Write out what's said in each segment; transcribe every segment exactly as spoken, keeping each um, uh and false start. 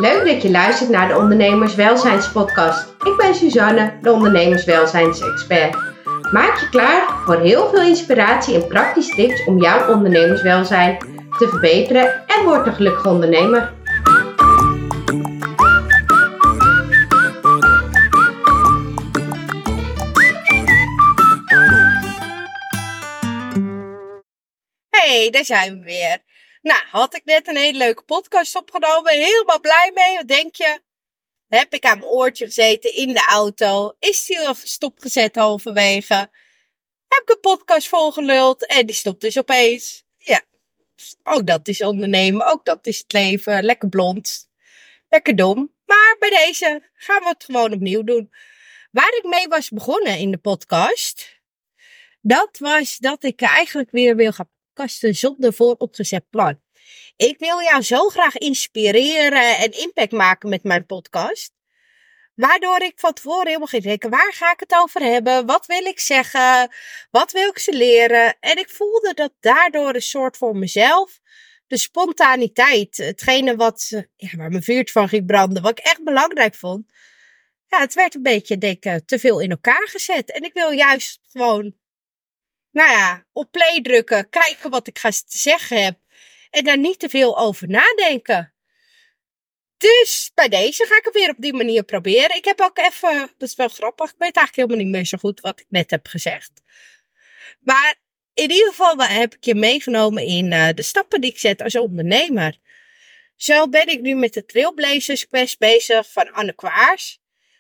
Leuk dat je luistert naar de Ondernemerswelzijnspodcast. Ik ben Suzanne, de ondernemerswelzijnsexpert. Maak je klaar voor heel veel inspiratie en praktische tips om jouw ondernemerswelzijn te verbeteren en word een gelukkige ondernemer. Hey, daar zijn we weer. Nou, had ik net een hele leuke podcast opgenomen. Helemaal blij mee. Wat denk je? Heb ik aan mijn oortje gezeten in de auto. Is die al stopgezet halverwege? Heb ik een podcast volgeluld en die stopt dus opeens. Ja, ook dat is ondernemen. Ook dat is het leven. Lekker blond. Lekker dom. Maar bij deze gaan we het gewoon opnieuw doen. Waar ik mee was begonnen in de podcast, dat was dat ik eigenlijk weer wil gaan podcasten zonder vooropgezet plan. Ik wil jou zo graag inspireren en impact maken met mijn podcast. Waardoor ik van tevoren helemaal ging denken, waar ga ik het over hebben? Wat wil ik zeggen? Wat wil ik ze leren? En ik voelde dat daardoor een soort voor mezelf, de spontaniteit, hetgene wat, ja, waar mijn vuurtje van ging branden, wat ik echt belangrijk vond. Ja, het werd een beetje, denk ik, te veel in elkaar gezet. En ik wil juist gewoon, nou ja, op play drukken, kijken wat ik ga te zeggen heb. En daar niet te veel over nadenken. Dus bij deze ga ik het weer op die manier proberen. Ik heb ook even, dat is wel grappig, ik weet eigenlijk helemaal niet meer zo goed wat ik net heb gezegd. Maar in ieder geval heb ik je meegenomen in uh, de stappen die ik zet als ondernemer. Zo ben ik nu met de Trailblazers Quest bezig van Anne Kwaars.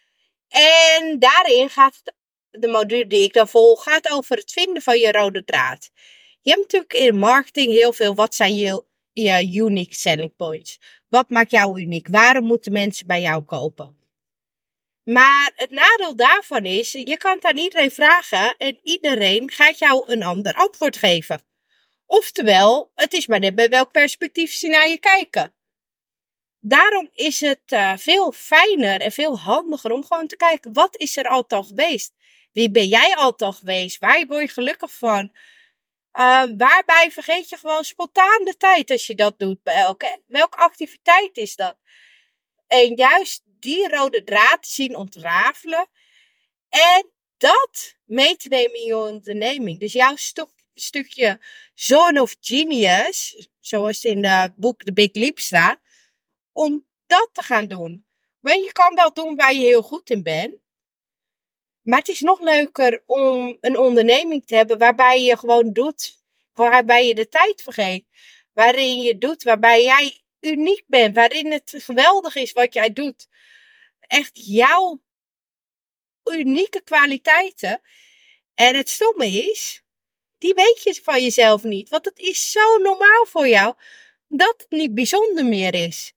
En daarin gaat het, de module die ik dan volg, gaat over het vinden van je rode draad. Je hebt natuurlijk in marketing heel veel, wat zijn je, je unique selling points? Wat maakt jou uniek? Waarom moeten mensen bij jou kopen? Maar het nadeel daarvan is, je kan het aan iedereen vragen en iedereen gaat jou een ander antwoord geven. Oftewel, het is maar net bij welk perspectief ze naar je kijken. Daarom is het uh, veel fijner en veel handiger om gewoon te kijken, wat is er altijd geweest? Wie ben jij altijd geweest? Waar word je gelukkig van? Uh, waarbij vergeet je gewoon spontaan de tijd als je dat doet bij elke. Welke activiteit is dat? En juist die rode draad te zien ontrafelen. En dat mee te nemen in je onderneming. Dus jouw stuk, stukje zone of genius, zoals in het boek The Big Leap staat, om dat te gaan doen. Want je kan wel doen waar je heel goed in bent. Maar het is nog leuker om een onderneming te hebben waarbij je gewoon doet, waarbij je de tijd vergeet. Waarin je doet, waarbij jij uniek bent, waarin het geweldig is wat jij doet. Echt jouw unieke kwaliteiten. En het stomme is, die weet je van jezelf niet. Want het is zo normaal voor jou dat het niet bijzonder meer is.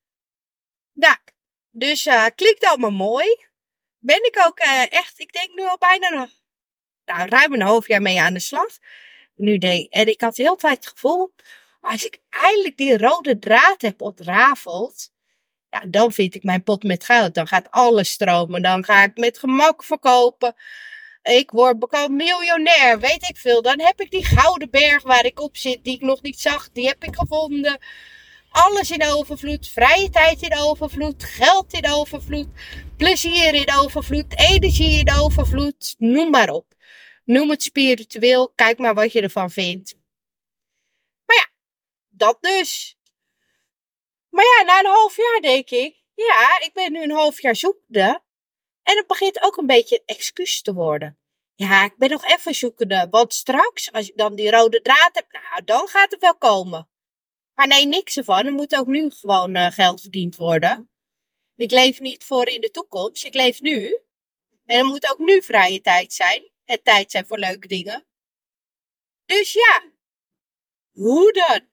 Nou, dus uh, klinkt allemaal mooi. Ben ik ook uh, echt, ik denk nu al bijna nog, nou, ruim een half jaar mee aan de slag. Nu denk, en ik had heel tijd het gevoel, als ik eindelijk die rode draad heb ontrafeld, ja, dan vind ik mijn pot met goud. Dan gaat alles stromen. Dan ga ik met gemak verkopen. Ik word bekend miljonair, weet ik veel. Dan heb ik die gouden berg waar ik op zit, die ik nog niet zag, die heb ik gevonden. Alles in overvloed, vrije tijd in overvloed, geld in overvloed, plezier in overvloed, energie in overvloed, noem maar op. Noem het spiritueel, kijk maar wat je ervan vindt. Maar ja, dat dus. Maar ja, na een half jaar denk ik, ja, ik ben nu een half jaar zoekende. En het begint ook een beetje een excuus te worden. Ja, ik ben nog even zoekende, want straks, als ik dan die rode draad heb, nou, dan gaat het wel komen. Maar nee, niks ervan. Er moet ook nu gewoon uh, geld verdiend worden. Ik leef niet voor in de toekomst. Ik leef nu. En er moet ook nu vrije tijd zijn. En tijd zijn voor leuke dingen. Dus ja. Hoe dan?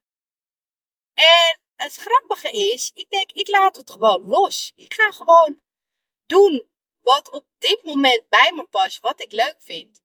En het grappige is. Ik denk, ik laat het gewoon los. Ik ga gewoon doen wat op dit moment bij me past. Wat ik leuk vind.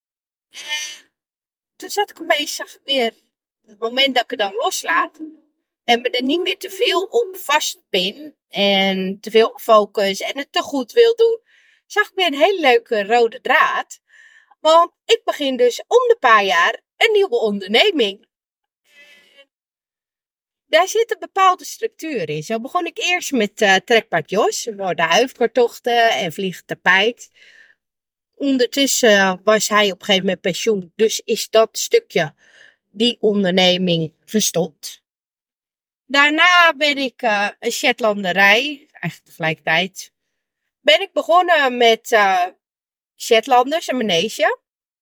En toen zat ik opeens, zag ik weer. Het moment dat ik het dan loslaat. En me er niet meer te veel op vastpin. En te veel focus. En het te goed wil doen. Zag ik weer een hele leuke rode draad. Want ik begin dus om de paar jaar een nieuwe onderneming. Daar zit een bepaalde structuur in. Zo begon ik eerst met uh, trekpaard Jos, de huifkartochten en vliegend tapijt. Ondertussen was hij op een gegeven moment pensioen, dus is dat stukje, die onderneming, gestopt. Daarna ben ik uh, een Shetlanderij, eigenlijk tegelijkertijd, ben ik begonnen met uh, Shetlanders, een manege.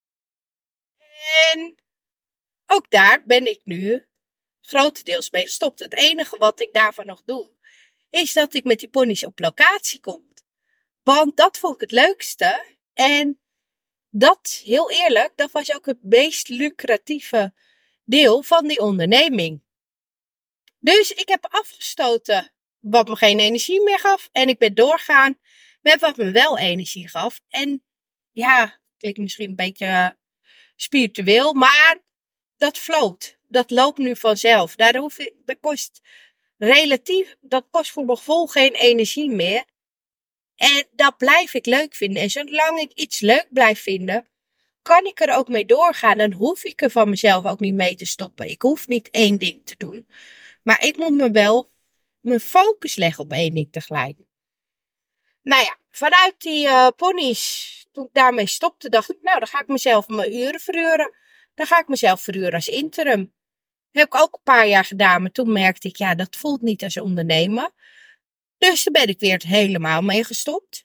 En ook daar ben ik nu grotendeels mee gestopt. Het enige wat ik daarvan nog doe, is dat ik met die ponies op locatie kom. Want dat vond ik het leukste. En dat, heel eerlijk, dat was ook het meest lucratieve deel van die onderneming. Dus ik heb afgestoten wat me geen energie meer gaf. En ik ben doorgaan met wat me wel energie gaf. En ja, klinkt misschien een beetje spiritueel, maar dat floot. Dat loopt nu vanzelf. Daar hoef ik, dat kost relatief, dat kost voor mijn gevoel geen energie meer. En dat blijf ik leuk vinden. En zolang ik iets leuk blijf vinden, kan ik er ook mee doorgaan. Dan hoef ik er van mezelf ook niet mee te stoppen. Ik hoef niet één ding te doen. Maar ik moet me wel mijn focus leggen op één ding tegelijk. Nou ja, vanuit die uh, ponies, toen ik daarmee stopte, dacht ik, nou, dan ga ik mezelf mijn uren verhuren. Dan ga ik mezelf verhuren als interim. Dat heb ik ook een paar jaar gedaan, maar toen merkte ik, ja, dat voelt niet als ondernemen. Dus daar ben ik weer helemaal mee gestopt.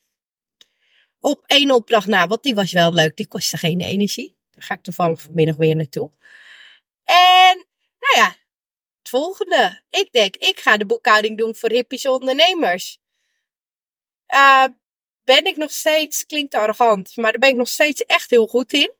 Op één opdracht na, want die was wel leuk, die kostte geen energie. Daar ga ik toevallig vanmiddag weer naartoe. En, nou ja, het volgende. Ik denk, ik ga de boekhouding doen voor hippische ondernemers. Uh, ben ik nog steeds, klinkt arrogant, maar daar ben ik nog steeds echt heel goed in.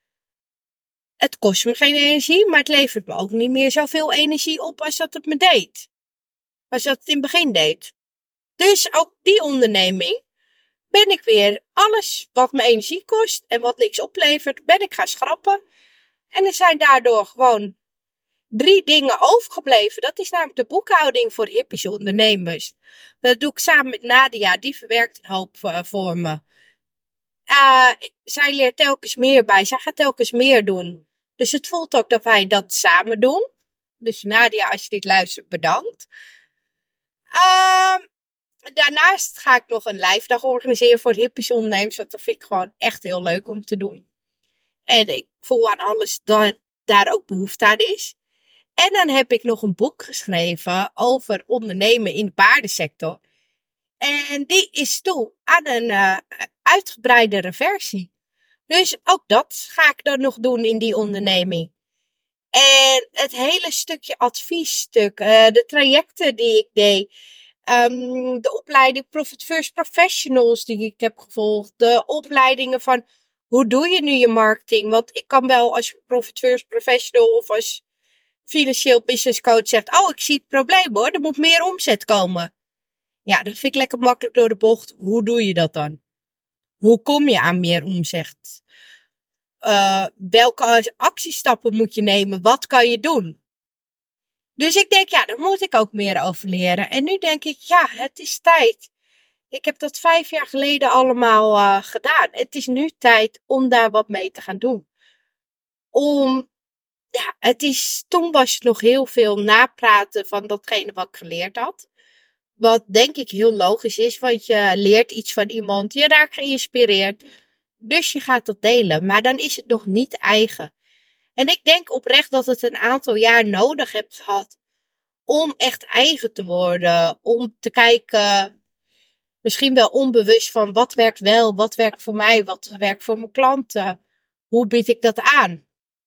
Het kost me geen energie, maar het levert me ook niet meer zoveel energie op als dat het me deed. Als dat het in het begin deed. Dus ook die onderneming ben ik weer alles wat me energie kost en wat niks oplevert, ben ik gaan schrappen. En er zijn daardoor gewoon drie dingen overgebleven. Dat is namelijk de boekhouding voor hippische ondernemers. Dat doe ik samen met Nadia, die verwerkt een hoop uh, voor me. Uh, zij leert telkens meer bij, zij gaat telkens meer doen. Dus het voelt ook dat wij dat samen doen. Dus Nadia, als je dit luistert, bedankt. Uh, daarnaast ga ik nog een live dag organiseren voor hippische ondernemers. Want dat vind ik gewoon echt heel leuk om te doen. En ik voel aan alles dat daar ook behoefte aan is. En dan heb ik nog een boek geschreven over ondernemen in de paardensector. En die is toe aan een uh, uitgebreidere versie. Dus ook dat ga ik dan nog doen in die onderneming. En het hele stukje adviesstuk, uh, de trajecten die ik deed, um, de opleiding Profit First Professionals die ik heb gevolgd, de opleidingen van hoe doe je nu je marketing? Want ik kan wel als Profit First Professional of als financieel business coach zegt, oh, ik zie het probleem hoor, er moet meer omzet komen. Ja, dat vind ik lekker makkelijk door de bocht. Hoe doe je dat dan? Hoe kom je aan meer omzet? Uh, welke actiestappen moet je nemen? Wat kan je doen? Dus ik denk, ja, daar moet ik ook meer over leren. En nu denk ik, ja, het is tijd. Ik heb dat vijf jaar geleden allemaal uh, gedaan. Het is nu tijd om daar wat mee te gaan doen. Om Ja, het is, toen was het nog heel veel napraten van datgene wat ik geleerd had. Wat denk ik heel logisch is, want je leert iets van iemand, je raakt geïnspireerd. Dus je gaat dat delen, maar dan is het nog niet eigen. En ik denk oprecht dat het een aantal jaar nodig hebt gehad om echt eigen te worden. Om te kijken, misschien wel onbewust van wat werkt wel, wat werkt voor mij, wat werkt voor mijn klanten. Hoe bied ik dat aan?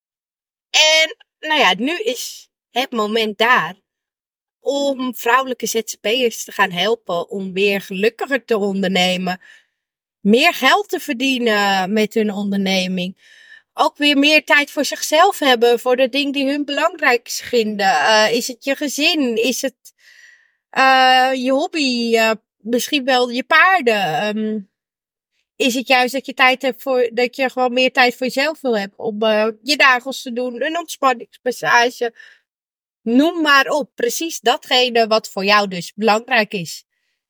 En nou ja, nu is het moment daar om vrouwelijke Z Z P'ers te gaan helpen om weer gelukkiger te ondernemen. Meer geld te verdienen met hun onderneming. Ook weer meer tijd voor zichzelf hebben, voor de dingen die hun belangrijk vinden. Uh, is het je gezin? Is het uh, je hobby? Uh, misschien wel je paarden? Um, Is het juist dat je tijd hebt voor, dat je gewoon meer tijd voor jezelf wil hebben. Om uh, je nagels te doen, een ontspanningsmassage. Noem maar op. Precies datgene wat voor jou dus belangrijk is.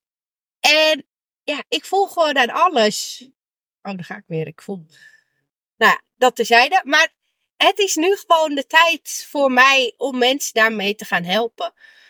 En ja, ik voel gewoon aan alles. Oh, daar ga ik weer. Ik voel. Nou, dat terzijde. Maar het is nu gewoon de tijd voor mij om mensen daarmee te gaan helpen.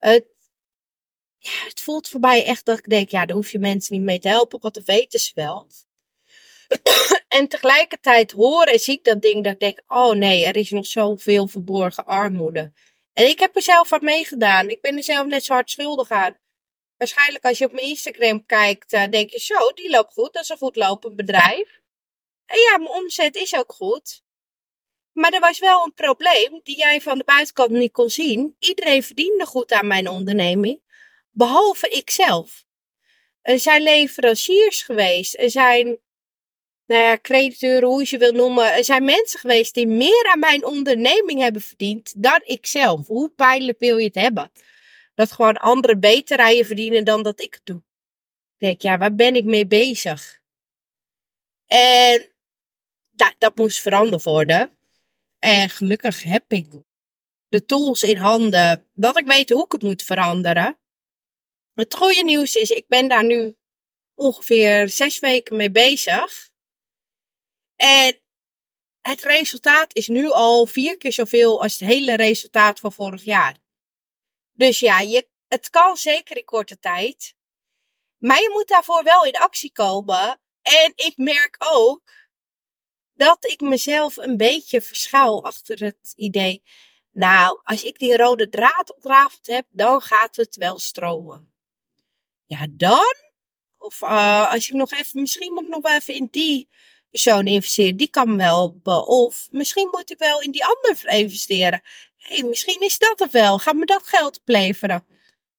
Het, ja, het voelt voor mij echt dat ik denk, ja, daar hoef je mensen niet mee te helpen, want dat weten ze wel. En tegelijkertijd hoor en zie ik dat ding dat ik denk, oh nee, er is nog zoveel verborgen armoede. En ik heb er zelf aan meegedaan. Ik ben er zelf net zo hard schuldig aan. Waarschijnlijk als je op mijn Instagram kijkt, uh, denk je zo, die loopt goed. Dat is een goed lopend bedrijf. En ja, mijn omzet is ook goed. Maar er was wel een probleem die jij van de buitenkant niet kon zien. Iedereen verdiende goed aan mijn onderneming, behalve ikzelf. Er zijn leveranciers geweest. Er zijn, nou ja, crediteuren, hoe je ze wil noemen. Er zijn mensen geweest die meer aan mijn onderneming hebben verdiend dan ikzelf. Hoe pijnlijk wil je het hebben? Dat gewoon anderen beter aan je verdienen dan dat ik het doe. Ik denk, ja, waar ben ik mee bezig? En nou, dat moest veranderd worden. En gelukkig heb ik de tools in handen dat ik weet hoe ik het moet veranderen. Het goede nieuws is, ik ben daar nu ongeveer zes weken mee bezig. En het resultaat is nu al vier keer zoveel als het hele resultaat van vorig jaar. Dus ja, je, het kan zeker in korte tijd. Maar je moet daarvoor wel in actie komen. En ik merk ook dat ik mezelf een beetje verschuil achter het idee. Nou, als ik die rode draad ontrafeld heb, dan gaat het wel stromen. Ja, dan? Of uh, als ik nog even, misschien moet ik nog wel even in die persoon investeren. Die kan me wel helpen. Of misschien moet ik wel in die ander investeren. Hé, hey, misschien is dat het wel. Gaat me dat geld opleveren?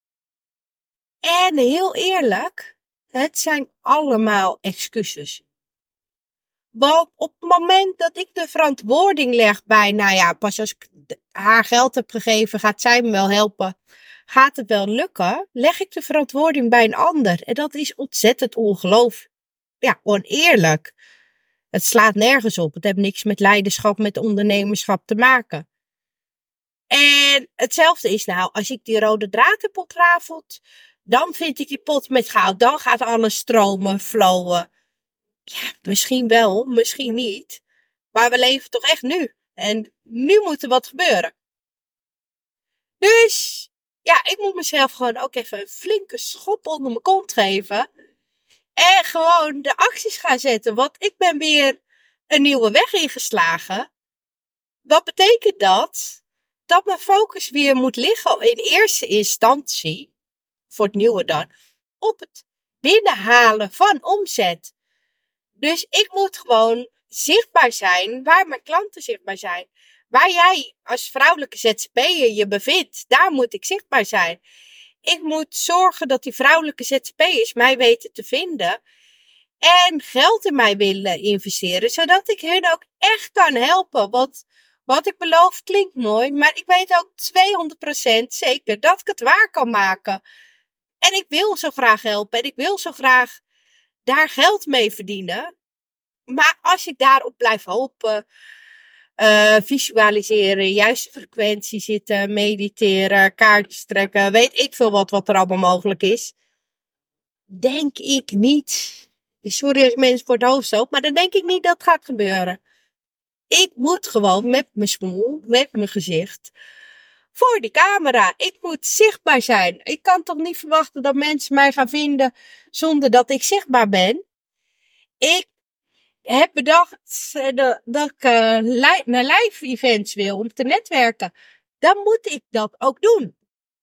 En heel eerlijk, het zijn allemaal excuses. Want op het moment dat ik de verantwoording leg bij, nou ja, pas als ik haar geld heb gegeven, gaat zij me wel helpen. Gaat het wel lukken? Leg ik de verantwoording bij een ander. En dat is ontzettend ongelooflijk. Ja, oneerlijk. Het slaat nergens op. Het heeft niks met leiderschap, met ondernemerschap te maken. En hetzelfde is nou, als ik die rode draad heb ontrafeld, dan vind ik die pot met goud. Dan gaat alles stromen, flowen. Ja, misschien wel, misschien niet. Maar we leven toch echt nu. En nu moet er wat gebeuren. Dus, ja, ik moet mezelf gewoon ook even een flinke schop onder mijn kont geven. En gewoon de acties gaan zetten. Want ik ben weer een nieuwe weg ingeslagen. Wat betekent dat? Dat mijn focus weer moet liggen in eerste instantie, voor het nieuwe dan, op het binnenhalen van omzet. Dus ik moet gewoon zichtbaar zijn waar mijn klanten zichtbaar zijn. Waar jij als vrouwelijke Z Z P'er je bevindt, daar moet ik zichtbaar zijn. Ik moet zorgen dat die vrouwelijke Z Z P'ers mij weten te vinden. En geld in mij willen investeren, zodat ik hun ook echt kan helpen. Want wat ik beloof klinkt mooi, maar ik weet ook tweehonderd procent zeker dat ik het waar kan maken. En ik wil zo graag helpen en ik wil zo graag daar geld mee verdienen. Maar als ik daarop blijf hopen, uh, visualiseren, juiste frequentie zitten, mediteren, kaartjes trekken, weet ik veel wat, wat er allemaal mogelijk is. Denk ik niet. Sorry als mensen voor het hoofd stoot, maar dan denk ik niet dat het gaat gebeuren. Ik moet gewoon met mijn smoel, met mijn gezicht, voor die camera. Ik moet zichtbaar zijn. Ik kan toch niet verwachten dat mensen mij gaan vinden zonder dat ik zichtbaar ben. Ik heb bedacht dat, dat ik uh, li- naar live events wil om te netwerken. Dan moet ik dat ook doen.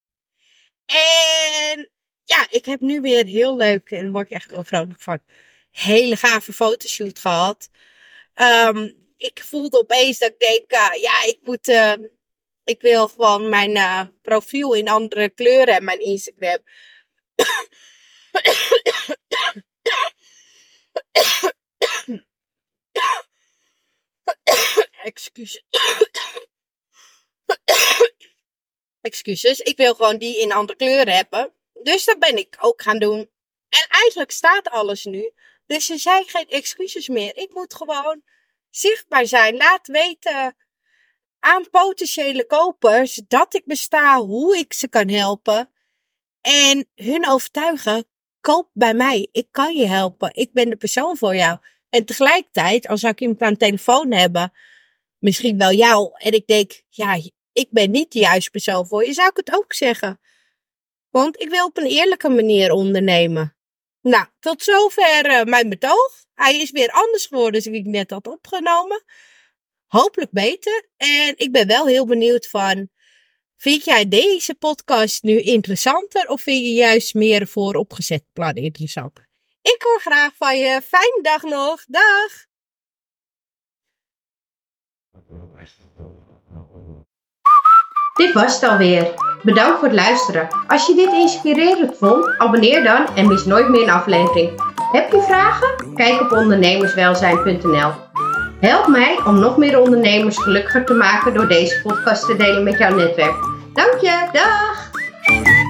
En ja, ik heb nu weer heel leuk, en daar word ik echt wel vrolijk van, hele gave fotoshoot gehad. Um, ik voelde opeens dat ik denk, uh, ja, ik moet, uh, ik wil gewoon mijn uh, profiel in andere kleuren en mijn Instagram. Excuses. Excuses. Ik wil gewoon die in andere kleuren hebben. Dus dat ben ik ook gaan doen. En eigenlijk staat alles nu. Dus er zijn geen excuses meer. Ik moet gewoon zichtbaar zijn. Laat weten aan potentiële kopers dat ik besta, hoe ik ze kan helpen. En hun overtuigen, koop bij mij. Ik kan je helpen. Ik ben de persoon voor jou. En tegelijkertijd, als ik iemand aan de telefoon hebben, misschien wel jou, en ik denk, ja, ik ben niet de juiste persoon voor je, zou ik het ook zeggen. Want ik wil op een eerlijke manier ondernemen. Nou, tot zover uh, mijn betoog. Hij is weer anders geworden dan ik net had opgenomen. Hopelijk beter. En ik ben wel heel benieuwd van... Vind jij deze podcast nu interessanter of vind je juist meer vooropgezet plan interessant? Ik hoor graag van je. Fijne dag nog. Dag! Dit was het alweer. Bedankt voor het luisteren. Als je dit inspirerend vond, abonneer dan en mis nooit meer een aflevering. Heb je vragen? Kijk op ondernemerswelzijn punt n l. Help mij om nog meer ondernemers gelukkiger te maken door deze podcast te delen met jouw netwerk. Dank je, dag!